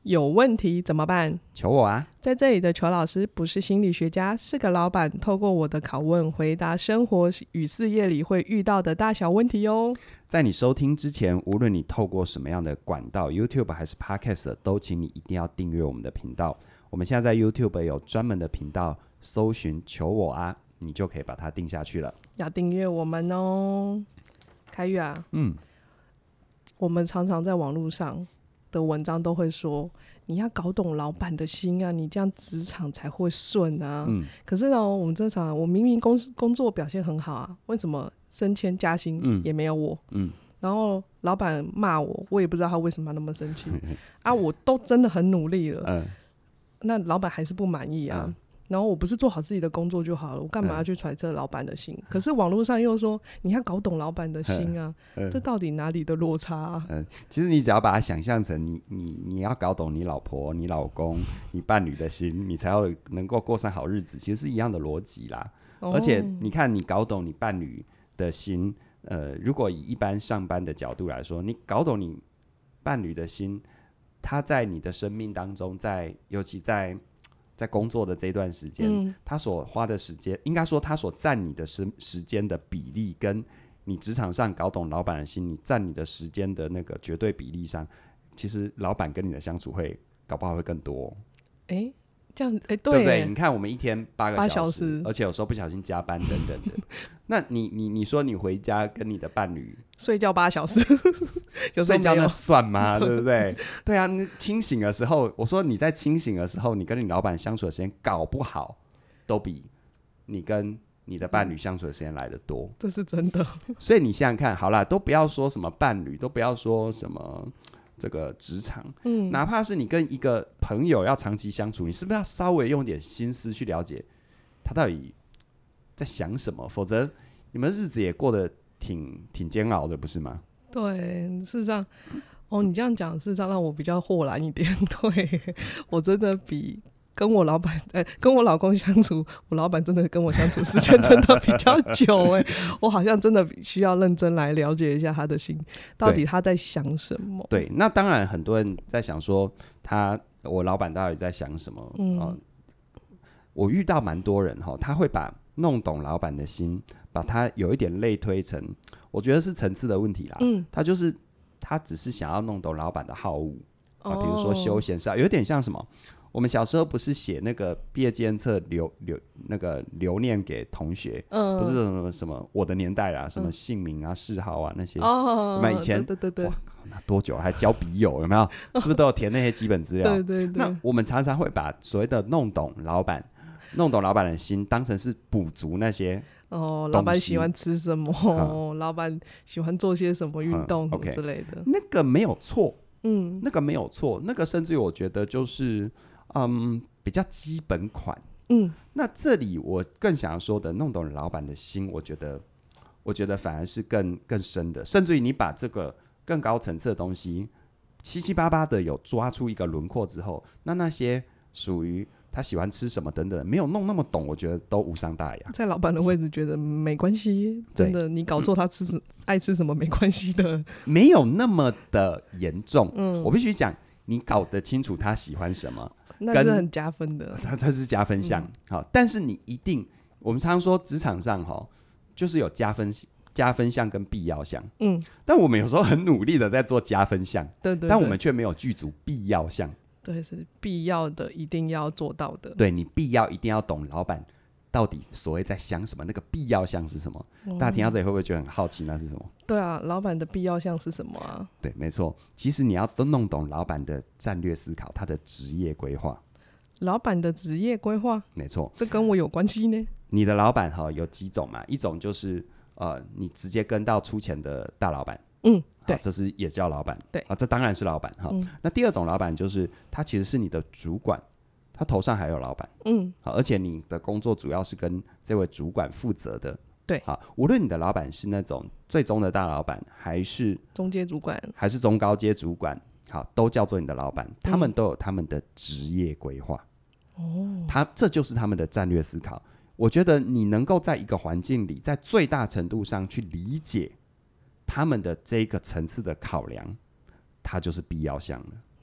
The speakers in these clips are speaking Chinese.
有问题怎么办？ 求我啊！ 在这里的裘老师不是心理学家，是个老板，透过我的拷问回答生活与事业里会遇到的大小问题哦。 在你收听之前，无论你透过什么样的管道 YouTube 还是 Podcast， 都请你一定要订阅我们的频道。我们现在在 YouTube 有专门的频道，搜寻求我啊，你就可以把它定下去了。 要订阅我们哦。开月啊，我们常常在网络上的文章都会说，你要搞懂老板的心啊，你这样职场才会顺啊。可是呢，我们正常，我明明工作表现很好啊，为什么升迁加薪也没有我？然后老板骂我，我也不知道他为什么那么生气啊，我都真的很努力了，那老板还是不满意啊。然后我不是做好自己的工作就好了，我干嘛要去揣测老板的心？可是网络上又说你要搞懂老板的心啊，这到底哪里的落差啊？ 其实你只要把它想象成你要搞懂你老婆、你老公、你伴侣的心，你才要能够过上好日子，其实是一样的逻辑啦。而且你看，你搞懂你伴侣的心，如果以一般上班的角度来说，你搞懂你伴侣的心，他在你的生命当中，尤其在工作的这段时间，他所花的时间，应该说他所占你的时间的比例，跟你职场上搞懂老板的心，你占你的时间的那个绝对比例上，其实老板跟你的相处会搞不好会更多。 这样对不对？你看我们一天8个小时，而且有时候不小心加班等等的。那你说你回家跟你的伴侣睡觉8小时睡觉那算吗？对不对？对啊，你清醒的时候，我说你在清醒的时候，你跟你老板相处的时间搞不好都比你跟你的伴侣相处的时间来得多， 这是真的。 所以你想想看，好啦，都不要说什么伴侣，都不要说什么这个职场，哪怕是你跟一个朋友要长期相处，你是不是要稍微用点心思去了解他到底在想什么？否则你们日子也过得挺煎熬的，不是吗？ 对，事实上，你这样讲，事实上让我比较豁然一点。对，我真的比跟我老板，跟我老公相处，我老板真的跟我相处时间真的比较久。我好像真的需要认真来了解一下他的心，到底他在想什么。 对，那当然很多人在想说我老板到底在想什么。我遇到蛮多人他会把弄懂老板的心，把他有一点类推成，我觉得是层次的问题啦。他只是想要弄懂老板的好恶比如说休闲是有点像什么，我们小时候不是写那个毕业纪念册留念给同学，不是什么我的年代啦，什么姓名啊、嗜好啊那些，有没有以前？对，哇，那多久还交笔友有没有？是不是都有填那些基本资料？对。那我们常常会把所谓的弄懂老板的心当成是补足那些老板喜欢吃什么，老板喜欢做些什么运动什么之类的， 那个没有错，那个没有错，那个甚至于我觉得就是比较基本款。那这里我更想说的弄懂老板的心，我觉得反而是更深的，甚至于你把这个更高层次的东西七七八八的有抓出一个轮廓之后，那些属于他喜欢吃什么等等没有弄那么懂，我觉得都无伤大雅。 在老板的位置觉得没关系，真的你搞错他爱吃什么没关系的， 没有那么的严重。我必须讲，你搞得清楚他喜欢什么， 那是很加分的， 它是加分项。好，但是你一定，我们常常说职场上就是有加分项跟必要项。但我们有时候很努力的在做加分项，对，但我们却没有具足必要项。 对，是必要的，一定要做到的。 对，你必要一定要懂老板到底所谓在想什么，那个必要项是什么？大家听到这里会不会觉得很好奇？那是什么？ 对啊，老板的必要项是什么啊？ 对，没错，其实你要都弄懂老板的战略思考，他的职业规划。 老板的职业规划， 没错， 这跟我有关系呢。 你的老板有几种嘛？一种就是你直接跟到出钱的大老板。对，这是也叫老板。对这当然是老板那第二种老板就是他其实是你的主管，他头上还有老板。而且你的工作主要是跟这位主管负责的。对，无论你的老板是那种最终的大老板，还是中阶主管， 还是中高阶主管，都叫做你的老板。他们都有他们的职业规划。这就是他们的战略思考。我觉得你能够在一个环境里，在最大程度上去理解他们的这个层次的考量，它就是必要项了。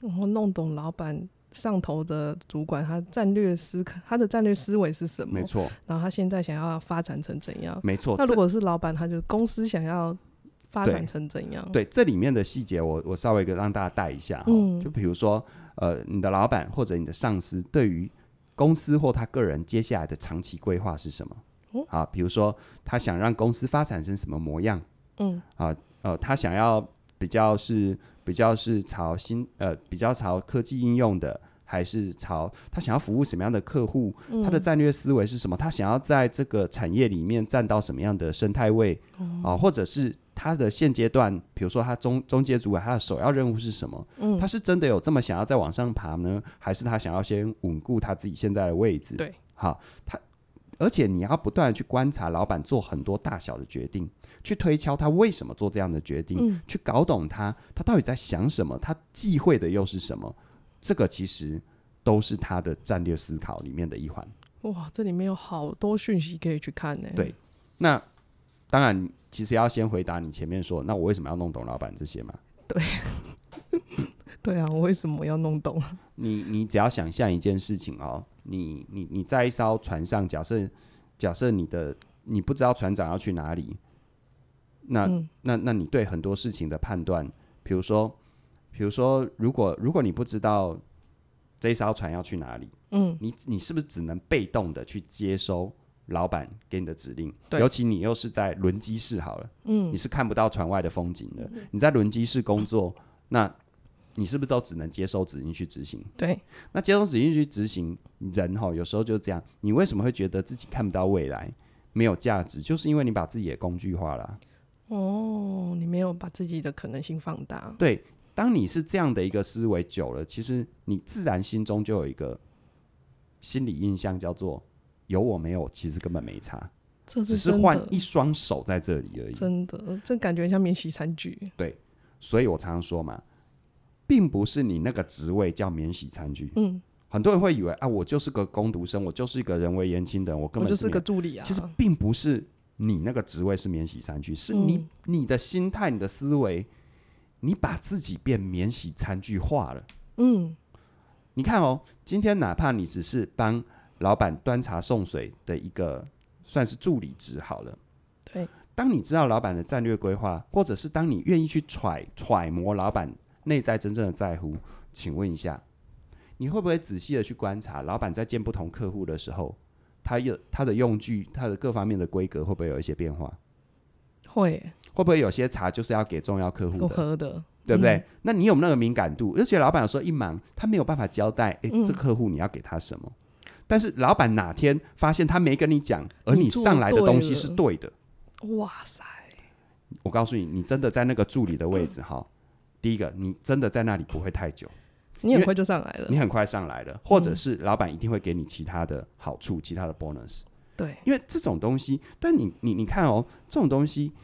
然后弄懂老板上头的主管他的战略思维是什么， 没错， 然后他现在想要发展成怎样， 没错。 那如果是老板，他就公司想要发展成怎样？ 对，这里面的细节我稍微让大家带一下，就比如说你的老板或者你的上司对于公司或他个人接下来的长期规划是什么？好，比如说他想让公司发展成什么模样？他想要比较是朝比较朝科技应用的，还是他想要服务什么样的客户？他的战略思维是什么？他想要在这个产业里面占到什么样的生态位？或者是他的现阶段，比如说他中阶主管，他的首要任务是什么？他是真的有这么想要再往上爬呢，还是他想要先稳固他自己现在的位置？ 对， 好，而且你要不断的去观察老板做很多大小的决定，去推敲他为什么做这样的决定，去搞懂他到底在想什么，他忌讳的又是什么，这个其实都是他的战略思考里面的一环。 哇，这里面有好多讯息可以去看呢。 对，那当然其实要先回答你前面说，那我为什么要弄懂老板这些嘛？对对啊，我为什么要弄懂？ 你只要想象一件事情哦，你在一艘船上，假设你不知道船长要去哪里，那你对很多事情的判断，比如说如果你不知道这一艘船要去哪里，你是不是只能被动的去接收老板给你的指令？尤其你又是在轮机室好了，你是看不到船外的风景的，你在轮机室工作，那你是不是都只能接收指令去执行？对，那接收指令去执行，人有时候就是这样。你为什么会觉得自己看不到未来，没有价值？就是因为你把自己也工具化了。 你没有把自己的可能性放大。 对，当你是这样的一个思维久了，其实你自然心中就有一个心理印象，叫做有我没有，其实根本没差，只是换一双手在这里而已。 真的，这感觉像免洗餐具。 对，所以我常常说嘛，并不是你那个职位叫免洗餐具。很多人会以为啊，我就是个工读生，我就是一个人微言轻的人，我根本就是个助理啊。 其实并不是你那个职位是免洗餐具，是你的心态、你的思维，你把自己变免洗餐具化了。你看哦，今天哪怕你只是帮老板端茶送水的一个算是助理职好了，对，当你知道老板的战略规划，或者是当你愿意去揣摩老板内在真正的在乎，请问一下，你会不会仔细的去观察老板在见不同客户的时候，他的用具，他的各方面的规格会不会有一些变化？会不会有些茶就是要给重要客户的喝的，对不对？那你有没有那个敏感度？而且老板有时候一忙，他没有办法交代，这个客户你要给他什么？但是老板哪天发现他没跟你讲，而你上来的东西是对的，哇塞！我告诉你，你真的在那个助理的位置第一个，你真的在那里不会太久， 你很快就上来了， 你很快上来了，或者是老板一定会给你其他的好处，其他的 bonus。对，因为这种东西，但你看哦，这种东西，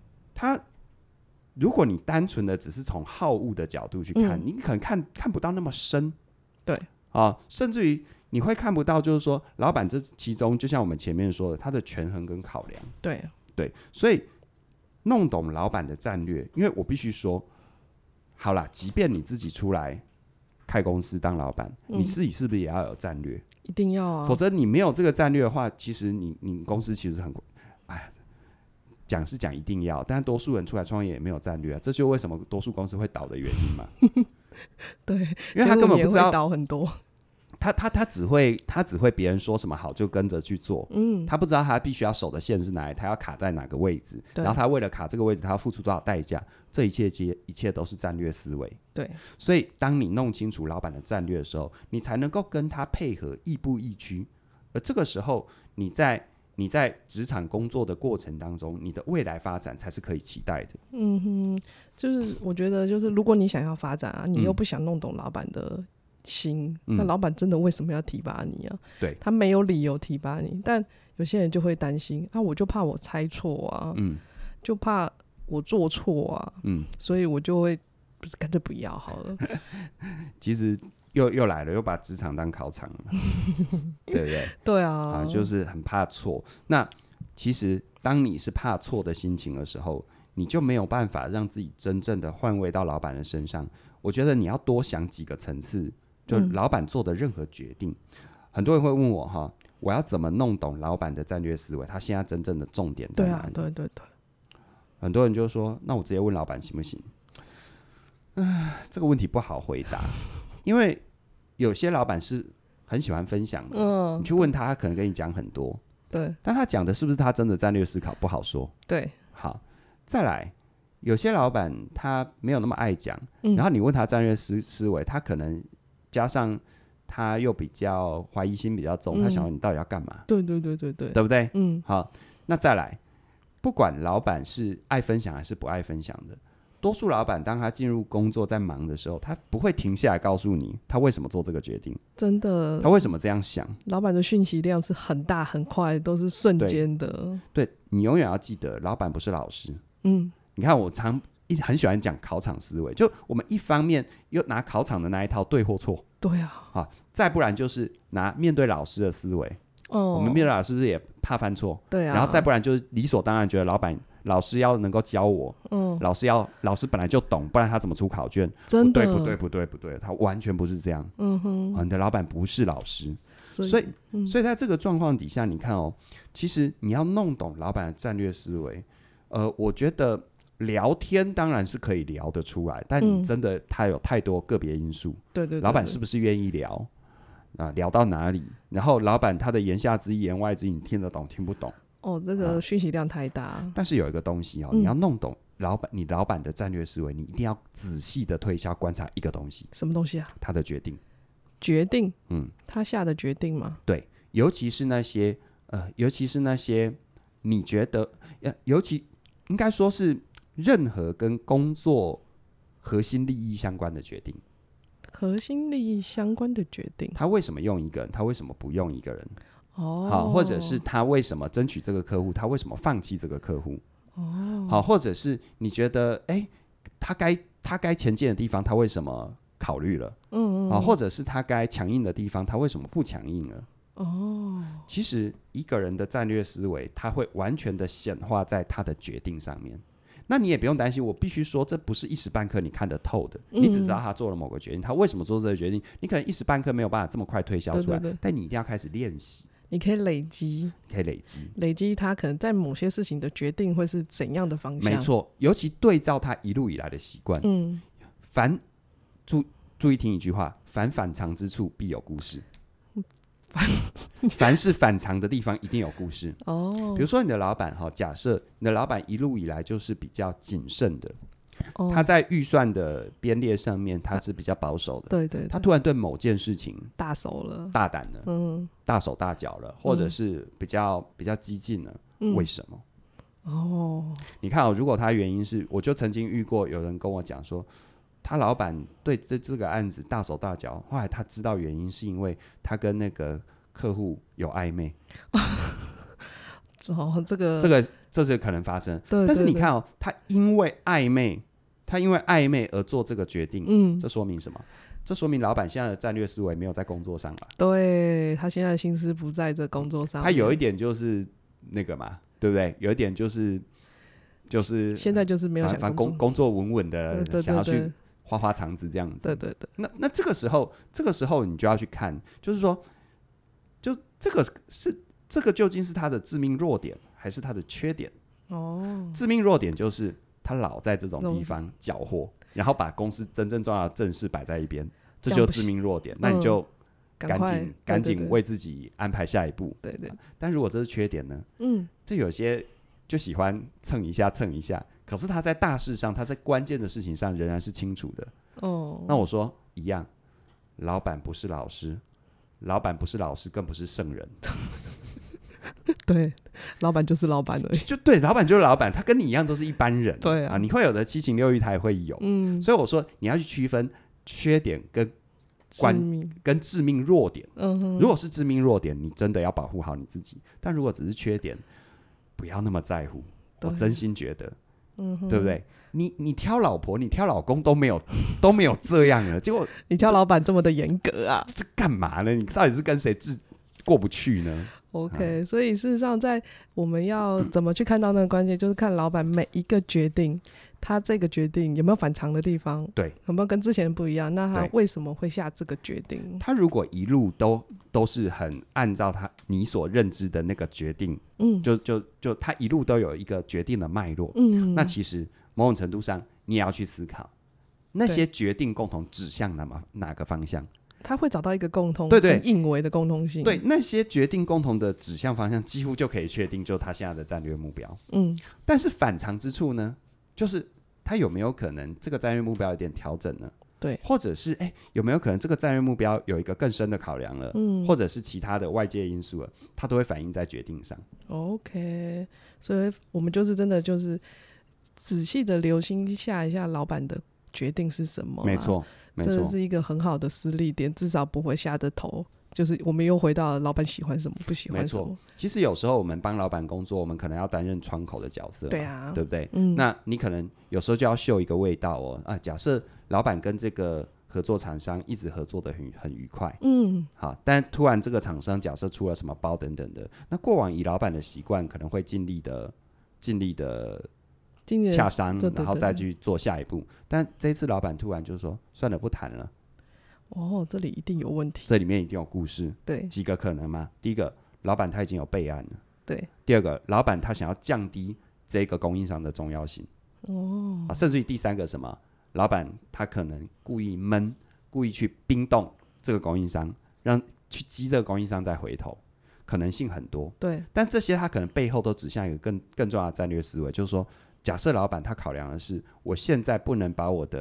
如果你单纯的只是从好恶的角度去看，你可能看不到那么深。对啊，甚至于你会看不到，就是说老板这其中，就像我们前面说的，他的权衡跟考量。对，所以弄懂老板的战略，因为我必须说，好啦，即便你自己出来开公司当老板，你自己是不是也要有战略？一定要啊，否则你没有这个战略的话，其实你公司其实很，讲是讲一定要，但多数人出来创业也没有战略啊，这就是为什么多数公司会倒的原因嘛。对，因为他根本不知道倒很多。他只会别人说什么好就跟着去做，他不知道他必须要守的线是哪里，他要卡在哪个位置，然后他为了卡这个位置，他要付出多少代价，这一切都是战略思维。对，所以当你弄清楚老板的战略的时候，你才能够跟他配合，亦步亦趋。而这个时候，你在职场工作的过程当中，你的未来发展才是可以期待的。就是我觉得，就是如果你想要发展啊，你又不想弄懂老板的心，那老板真的为什么要提拔你啊？对，他没有理由提拔你，但有些人就会担心啊，我就怕我猜错啊，就怕我做错啊，所以我就会干脆不要好了。其实又来了，又把职场当考场了，对不对？对啊，就是很怕错。那其实当你是怕错的心情的时候，你就没有办法让自己真正的换位到老板的身上。 我觉得你要多想几个层次，就老板做的任何决定，很多人会问我哈，我要怎么弄懂老板的战略思维？他现在真正的重点在哪里？ 对啊，对， 很多人就说，那我直接问老板行不行？这个问题不好回答，因为有些老板是很喜欢分享的，你去问他，他可能跟你讲很多， 对， 但他讲的是不是他真的战略思考不好说。 对， 好，再来，有些老板他没有那么爱讲，然后你问他战略思维，他可能加上他又比较怀疑心比较重，他想问你到底要干嘛？ 对， 对不对？好，那再来，不管老板是爱分享还是不爱分享的，多数老板当他进入工作在忙的时候，他不会停下来告诉你他为什么做这个决定， 真的， 他为什么这样想。 老板的讯息量是很大很快，都是瞬间的。 对，你永远要记得，老板不是老师。你看我很喜欢讲考场思维，就我们一方面又拿考场的那一套对或错， 对啊， 好，再不然就是拿面对老师的思维，我们面对老师是不是也怕犯错？ 对啊， 然后再不然就是理所当然觉得老师要能够教我，老师本来就懂，不然他怎么出考卷？ 真的不对，他完全不是这样。你的老板不是老师，所以在这个状况底下，你看哦，其实你要弄懂老板的战略思维，我觉得聊天当然是可以聊得出来，但你真的他有太多个别因素。 对， 老板是不是愿意聊？聊到哪里？然后老板他的言下之意、言外之意，你听得懂听不懂？ 这个讯息量太大。 但是有一个东西你要弄懂你老板的战略思维，你一定要仔细的推敲观察一个东西。 什么东西啊？ 他的决定。 他下的决定吗？ 对，尤其是那些你觉得尤其应该说是任何跟工作核心利益相关的决定。 核心利益相关的决定， 他为什么用一个人，他为什么不用一个人？好，或者是他为什么争取这个客户，他为什么放弃这个客户？好，或者是你觉得他该前进的地方，他为什么考虑了？好，或者是他该强硬的地方，他为什么不强硬了？其实一个人的战略思维，他会完全的显化在他的决定上面。那你也不用担心，我必须说，这不是一时半刻你看得透的。你只知道他做了某个决定，他为什么做这个决定，你可能一时半刻没有办法这么快推销出来，但你一定要开始练习。 你可以累积，累积他可能在某些事情的决定会是怎样的方向。 没错，尤其对照他一路以来的习惯。注意听一句话：凡反常之处，必有故事。凡是反常的地方，一定有故事。比如说你的老板，假设你的老板一路以来就是比较谨慎的，他在预算的编列上面他是比较保守的。对，他突然对某件事情大手了， 大胆了，大手大脚了，或者是比较激进了，为什么？你看如果他原因是，我就曾经遇过有人跟我讲说，他老板对这个案子大手大脚，后来他知道原因是因为他跟那个客户有暧昧。这是可能发生。但是你看他因为暧昧而做这个决定，这说明什么？这说明老板现在的战略思维没有在工作上了。 对，他现在的心思不在这工作上。 他有一点就是那个嘛，对不对？有一点就是现在就是没有想反正工作稳稳的，想要去花肠子这样子。 对， 那这个时候你就要去看，就是说，就这个究竟是他的致命弱点还是他的缺点？致命弱点就是他老在这种地方搅和，然后把公司真正重要的正事摆在一边，这就是致命弱点。那你就赶紧为自己安排下一步。对，但如果这是缺点呢？就有些就喜欢蹭一下，可是他在大事上，他在关键的事情上仍然是清楚的。那我说一样，老板不是老师，更不是圣人。 对，老板就是老板而已。 就对，老板就是老板，他跟你一样都是一般人。 对啊， 你会有的七情六欲，他也会有。所以我说你要去区分缺点跟致命弱点。如果是致命弱点，你真的要保护好你自己；但如果只是缺点，不要那么在乎。我真心觉得，对不对？你挑老婆，你挑老公都没有这样了，结果你挑老板这么的严格啊？ 是干嘛呢？你到底是跟谁过不去呢 ？OK，所以事实上，在我们要怎么去看到那个关键，就是看老板每一个决定他这个决定有没有反常的地方， 对， 有没有跟之前不一样，那他为什么会下这个决定？ 他如果一路都是很按照你所认知的那个决定，就他一路都有一个决定的脉络，那其实某种程度上你也要去思考那些决定共同指向哪个方向， 他会找到一个共通， 对硬为的共通性。 对，那些决定共同的指向方向，几乎就可以确定，就他现在的战略目标。但是反常之处呢，就是他有没有可能这个战略目标有点调整呢？ 对， 或者是有没有可能这个战略目标有一个更深的考量了？或者是其他的外界因素了，它都会反映在决定上。 OK， 所以我们就是真的就是仔细的留心下一下老板的决定是什么。 没错。 这是一个很好的私利点，至少不会下的头。就是我们又回到了老板喜欢什么，不喜欢什么。 其实有时候我们帮老板工作，我们可能要担任窗口的角色， 对啊， 对不对？那你可能有时候就要秀一个味道哦。假设老板跟这个合作厂商一直合作的很愉快，好，但突然这个厂商假设出了什么包等等的，那过往以老板的习惯，可能会尽力的洽商，然后再去做下一步。但这一次老板突然就说算了，不谈了。 这里一定有问题， 这里面一定有故事。 对， 几个可能嘛？第一个，老板他已经有备案了。 对。 第二个，老板他想要降低这个供应商的重要性。甚至于第三个什么？老板他可能故意去冰冻这个供应商，去激这个供应商再回头。可能性很多。 对。 但这些他可能背后都指向一个更重要的战略思维，就是说，假设老板他考量的是，我现在不能把我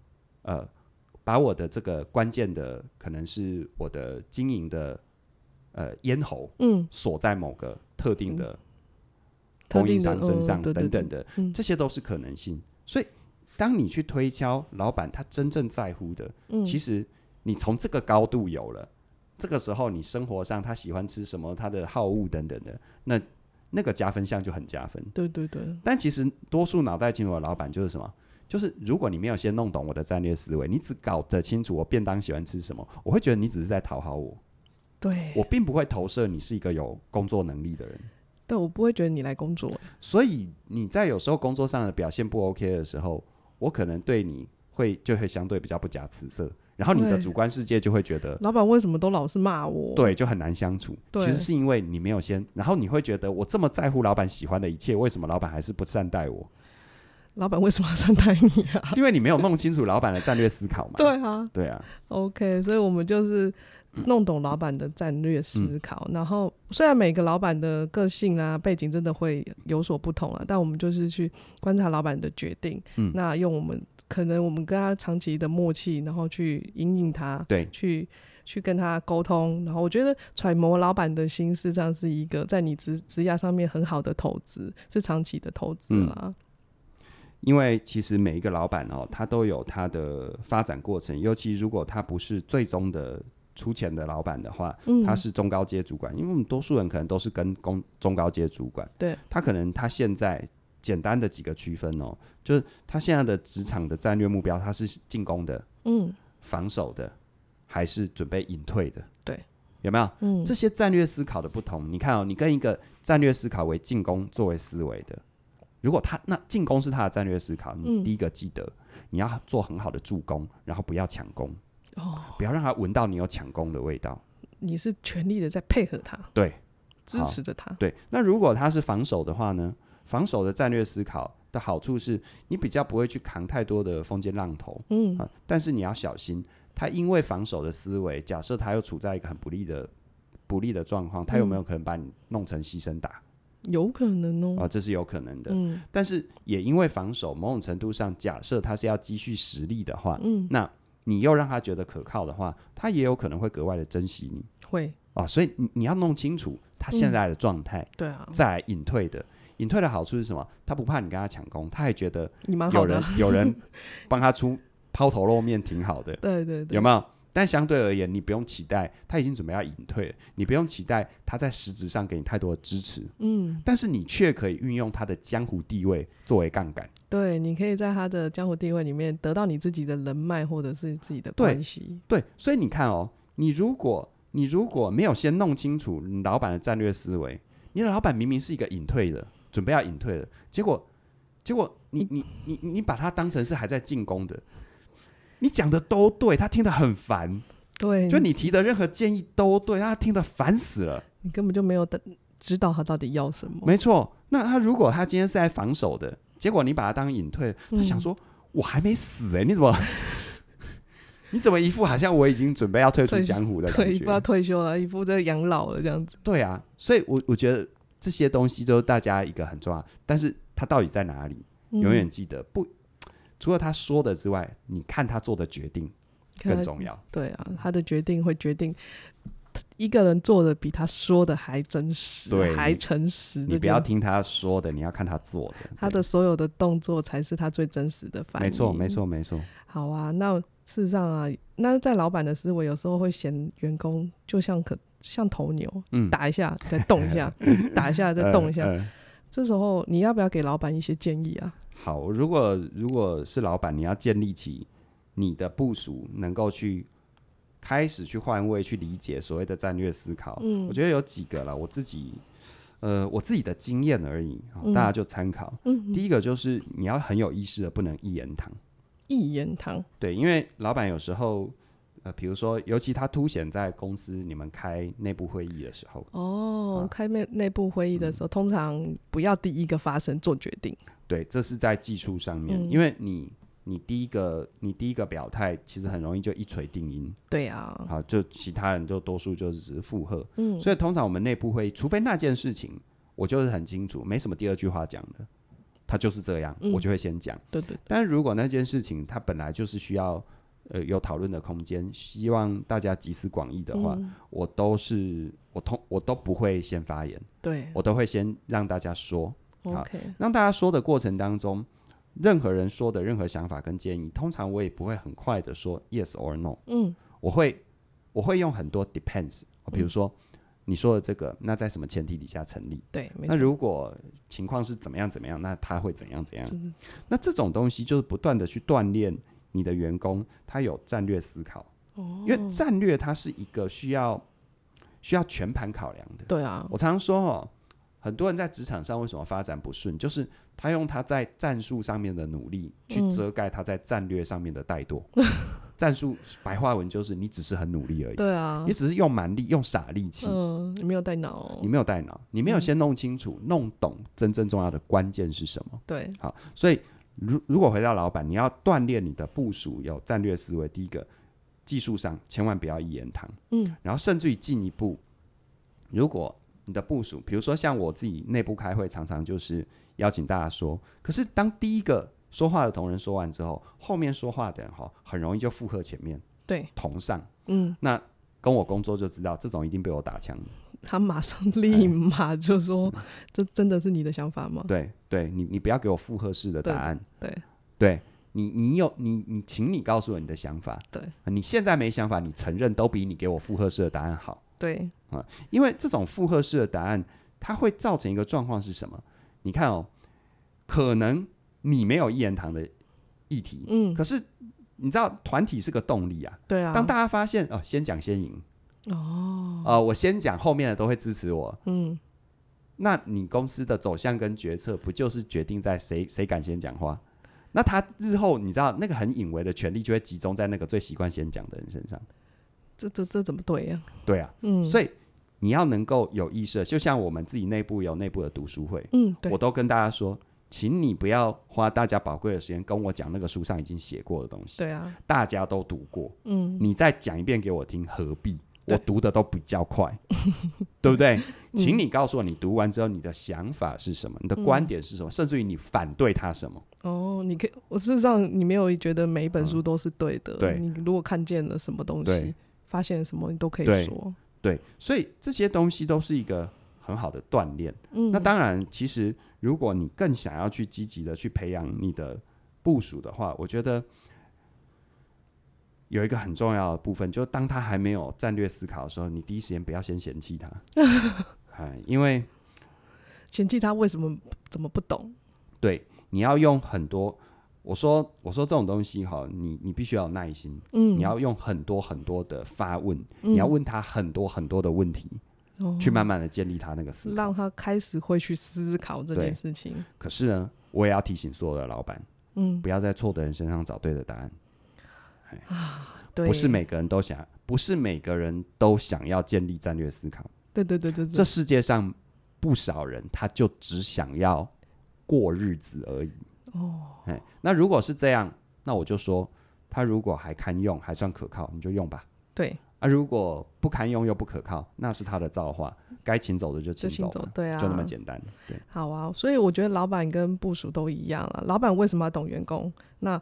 的这个关键的，可能是我的经营的咽喉，锁在某个特定的供应商身上等等的，这些都是可能性。所以，当你去推敲老板他真正在乎的，其实你从这个高度有了，这个时候你生活上他喜欢吃什么，他的好恶等等的，那个加分项就很加分。 对对对。 但其实多数脑袋清楚的老板就是什么？就是如果你没有先弄懂我的战略思维，你只搞得清楚我便当喜欢吃什么，我会觉得你只是在讨好我。 对， 我并不会投射你是一个有工作能力的人。 对，我不会觉得你来工作。 所以你在有时候工作上的表现不 OK 的时候，我可能对你就会相对比较不假辞色，然后你的主观世界就会觉得老板为什么都老是骂我？ 对，就很难相处。其实是因为你没有先，然后你会觉得我这么在乎老板喜欢的一切，为什么老板还是不善待我？ 老板为什么要善待你啊？ 是因为你没有弄清楚老板的战略思考嘛？对啊。 OK， 所以我们就是弄懂老板的战略思考，然后虽然每个老板的个性啊背景真的会有所不同啊，但我们就是去观察老板的决定，那用我们跟他长期的默契，然后去引领他， 对， 去跟他沟通，然后我觉得揣摩老板的心思，这样是一个在你职涯上面很好的投资，是长期的投资啦。 因为其实每一个老板他都有他的发展过程，尤其如果他不是最终的出钱的老板的话，他是中高阶主管，因为我们多数人可能都是跟中高阶主管， 对， 他现在简单的几个区分就是他现在的职场的战略目标，他是进攻的，防守的，还是准备隐退的？对，有没有？这些战略思考的不同，你看你跟一个战略思考为进攻作为思维的。如果那进攻是他的战略思考，你第一个记得你要做很好的助攻，然后不要抢攻，不要让他闻到你有抢攻的味道。 你是全力的在配合他， 对， 支持着他。 对，那如果他是防守的话呢？防守的战略思考的好处是你比较不会去扛太多的风尖浪头，但是你要小心，他因为防守的思维，假设他又处在一个很不利的状况，他有没有可能把你弄成牺牲打？ 有可能这是有可能的。但是也因为防守，某种程度上，假设他是要积蓄实力的话，那你又让他觉得可靠的话，他也有可能会格外的珍惜你。 会所以你要弄清楚他现在的状态， 对啊， 再来隐退的。隐退的好处是什么？他不怕你跟他抢攻，他还觉得你蛮好的， 有人帮他抛头露面，挺好的。 对对对， 有没有？但相对而言，你不用期待他已经准备要隐退了，你不用期待他在实质上给你太多的支持，但是你却可以运用他的江湖地位作为杠杆。 对，你可以在他的江湖地位里面得到你自己的人脉或者是自己的关系。 对，所以你看你如果没有先弄清楚你老板的战略思维，你的老板明明是一个隐退的，准备要隐退的，结果结果你把他当成是还在进攻的，你讲的都对，他听得很烦。 对， 就你提的任何建议都对，他听得烦死了。 你根本就没有知道他到底要什么。 没错，那他如果他今天是在防守的，结果你把他当隐退，他想说我还没死你怎么一副好像我已经准备要退出江湖的感觉？ 对，一副要退休了，一副在养老了这样子。 对啊，所以我觉得这些东西都是大家一个很重要，但是他到底在哪里？永远记得不，除了他说的之外，你看他做的决定更重要。 对啊，他的决定会决定一个人做的比他说的还真实，对，还诚实。 你不要听他说的，你要看他做的。 他的所有的动作才是他最真实的反应。 没错，没错，没错。 好啊，那事实上啊，那在老板的思维有时候会嫌员工就像头牛，打一下再动一下，打一下再动一下。这时候你要不要给老板一些建议啊？ 好，如果是老板，你要建立起你的部属能够去开始去换位去理解所谓的战略思考。我觉得有几个啦，我自己的经验而已，大家就参考。第一个就是你要很有意识的，不能一言堂。 一言堂， 对，因为老板有时候比如说，尤其他凸显在公司你们开内部会议的时候。 开内部会议的时候，通常不要第一个发声做决定。 对，这是在技术上面，因为你第一个表态，其实很容易就一锤定音。 对啊， 好，就其他人就多数就是只是附和。所以通常我们内部会议，除非那件事情我就是很清楚，没什么第二句话讲的，他就是这样，我就会先讲。 对对。 但是如果那件事情它本来就是需要有讨论的空间，希望大家集思广益的话，我都不会先发言。 对， 我都会先让大家说。 OK， 让大家说的过程当中，任何人说的任何想法跟建议，通常我也不会很快的说 yes or no。我会用很多 depends。比如说你说的这个，那在什么前提底下成立？ 对， 那如果情况是怎么样怎么样，那他会怎样怎样？那这种东西就是不断的去锻炼你的员工，他有战略思考。因为战略它是一个需要全盘考量的。 对啊， 我常说很多人在职场上为什么发展不顺，就是他用他在战术上面的努力去遮盖他在战略上面的怠惰。战术白话文就是你只是很努力而已。 对啊， 你只是用蛮力用傻力气。 你没有带脑。 你没有带脑，你没有先弄清楚弄懂真正重要的关键是什么。 对， 好，所以如果回到老板，你要锻炼你的部属有战略思维。第一个，技术上千万不要一言堂。然后甚至于进一步，如果你的部属，比如说像我自己内部开会，常常就是邀请大家说，可是当第一个说话的同仁说完之后，后面说话的人很容易就附和前面， 对， 同上。那跟我工作就知道，这种一定被我打枪。 他马上立马就说：“这真的是你的想法吗？” 对对，你不要给我附和式的答案。 对， 你请你告诉我你的想法。 对， 你现在没想法，你承认都比你给我附和式的答案好。 对， 因为这种附和式的答案，它会造成一个状况是什么？你看可能你没有一言堂的议题，可是你知道团体是个动力啊。 对啊， 当大家发现先讲先赢，我先讲，后面的都会支持我。那你公司的走向跟决策，不就是决定在谁敢先讲话？那他日后你知道那个很隐微的权力就会集中在那个最习惯先讲的人身上。 这怎么对啊？ 对啊，所以你要能够有意识，就像我们自己内部有内部的读书会，我都跟大家说，请你不要花大家宝贵的时间跟我讲那个书上已经写过的东西。 对啊， 大家都读过，你再讲一遍给我听，何必？我读的都比较快，对不对？请你告诉我，你读完之后你的想法是什么，你的观点是什么，甚至于你反对他什么。 你可以，我事实上你没有觉得每一本书都是对的。 对， 你如果看见了什么东西，发现了什么，你都可以说。 对，所以这些东西都是一个很好的锻炼。那当然，其实如果你更想要去积极的去培养你的部属的话，我觉得有一个很重要的部分，就是当他还没有战略思考的时候，你第一时间不要先嫌弃他。因为嫌弃他为什么怎么不懂。 对，你要用很多，我说这种东西你必须要有耐心。你要用很多很多的发问，你要问他很多很多的问题，去慢慢的建立他那个思考， 让他开始会去思考这件事情。 可是呢， 我也要提醒所有的老板，不要在错的人身上找对的答案。对，不是每个人都想要建立战略思考。 对， 这世界上不少人他就只想要过日子而已。那如果是这样，那我就说他如果还堪用还算可靠，你就用吧。 对如果不堪用又不可靠，那是他的造化，该请走的就请走， 对啊， 就那么简单。对， 好啊，所以我觉得老板跟部属都一样了。老板为什么要懂员工？那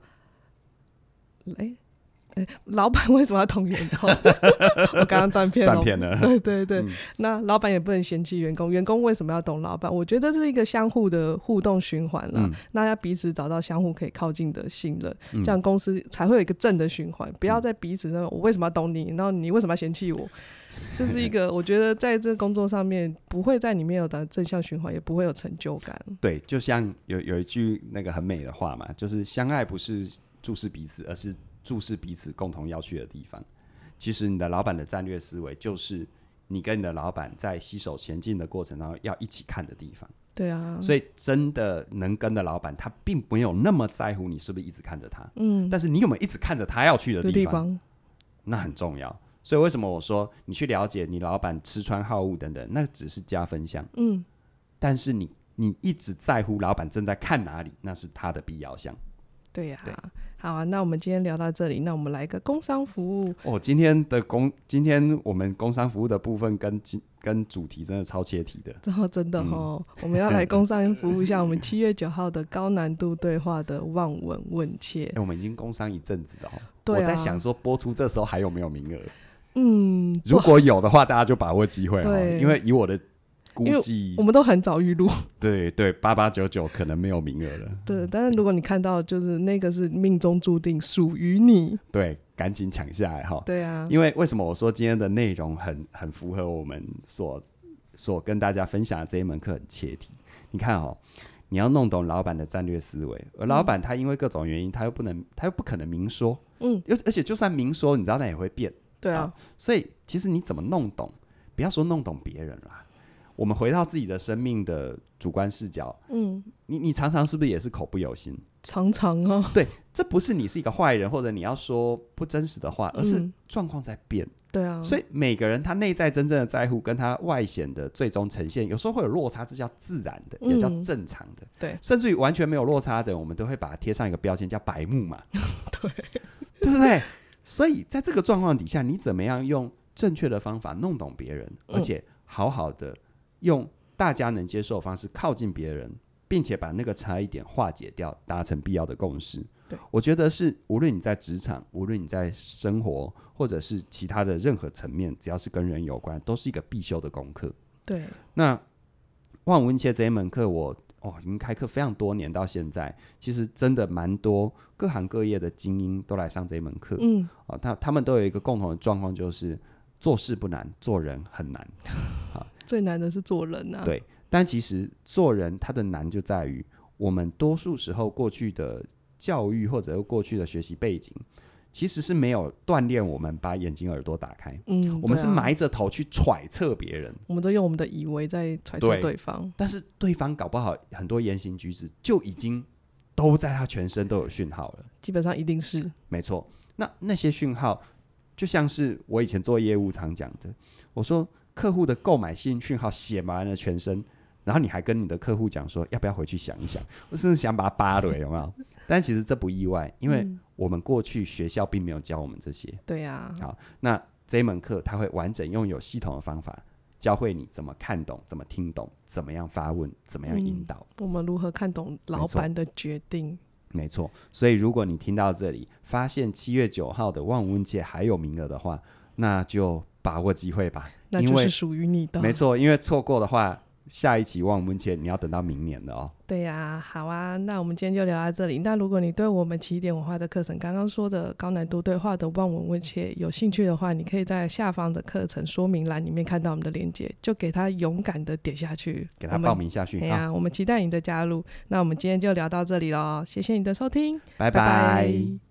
老板为什么要懂员工？我刚刚断片了。对，那老板也不能嫌弃员工，员工为什么要懂老板？我觉得这是一个相互的互动循环了。那要彼此找到相互可以靠近的信任，这样公司才会有一个正的循环。不要在彼此我为什么要懂你，然后你为什么要嫌弃我？这是一个我觉得在这个工作上面不会在里面有的正向循环，也不会有成就感。 对，就像有一句那个很美的话嘛，就是相爱不是注视彼此，而是注视彼此共同要去的地方。其实你的老板的战略思维就是你跟你的老板在携手前进的过程当中要一起看的地方。 对啊， 所以真的能跟的老板他并没有那么在乎你是不是一直看着他，但是你有没有一直看着他要去的地方，那很重要。所以为什么我说你去了解你老板吃穿好恶等等，那只是加分项，但是你一直在乎老板正在看哪里，那是他的必要项。 对啊，好啊，那我们今天聊到这里，那我们来个工商服务。 今天我们工商服务的部分跟主题真的超切题的。 真的我们要来工商服务一下我们7月9号的高难度对话的望闻问切。 我们已经工商一阵子了。 对啊， 我在想说播出这时候还有没有名额？如果有的话，大家就把握机会。因为以我的估计我们都很早预录， 对8899可能没有名额了。 对，但是如果你看到就是那个是命中注定属于你， 对，赶紧抢下来。 对啊， 因为为什么我说今天的内容很符合我们所跟大家分享的这一门课很切题。你看你要弄懂老板的战略思维，而老板他因为各种原因他又不可能明说，而且就算明说你知道那也会变。 对啊， 所以其实你怎么弄懂，不要说弄懂别人啦，我们回到自己的生命的主观视角，你常常是不是也是口不由心？ 常常啊， 对，这不是你是一个坏人或者你要说不真实的话，而是状况在变。 对啊， 所以每个人他内在真正的在乎跟他外显的最终呈现有时候会有落差，这叫自然的，也叫正常的。 对， 甚至于完全没有落差的我们都会把它贴上一个标签叫白目嘛。对不对？所以在这个状况底下，你怎么样用正确的方法弄懂别人，而且好好的用大家能接受的方式靠近别人，并且把那个差异点化解掉，达成必要的共识。 对， 我觉得是无论你在职场，无论你在生活，或者是其他的任何层面，只要是跟人有关，都是一个必修的功课。 对， 那望闻问切这一门课我已经开课非常多年，到现在其实真的蛮多各行各业的精英都来上这一门课。他们都有一个共同的状况，就是做事不难，做人很难。 最难的是做人啊。 对，但其实做人它的难就在于我们多数时候过去的教育或者过去的学习背景其实是没有锻炼我们把眼睛耳朵打开。我们是埋着头去揣测别人， 我们都用我们的以为在揣测对方， 但是对方搞不好很多言行举止就已经都在他全身都有讯号了， 基本上一定是没错。那些讯号就像是我以前做业务常讲的，我说客户的购买讯号写满了全身，然后你还跟你的客户讲说要不要回去想一想，我甚至想把他扒了，有没有？但其实这不意外，因为我们过去学校并没有教我们这些。 对啊。 好，那这一门课它会完整用有系统的方法教会你怎么看懂，怎么听懂，怎么样发问，怎么样引导， 我们如何看懂老板的决定。 没错。所以如果你听到这里发现7月9号的望闻问切还有名额的话，那就把握机会吧， 那就是属于你的。 没错，因为错过的话下一期望闻问切你要等到明年了哦。 对啊，好啊，那我们今天就聊到这里。那如果你对我们起点文化的课程刚刚说的高难度对话的望闻问切有兴趣的话，你可以在下方的课程说明栏里面看到我们的链接，就给他勇敢的点下去， 给他报名下去。 我们期待你的加入。那我们今天就聊到这里咯，谢谢你的收听， 拜拜。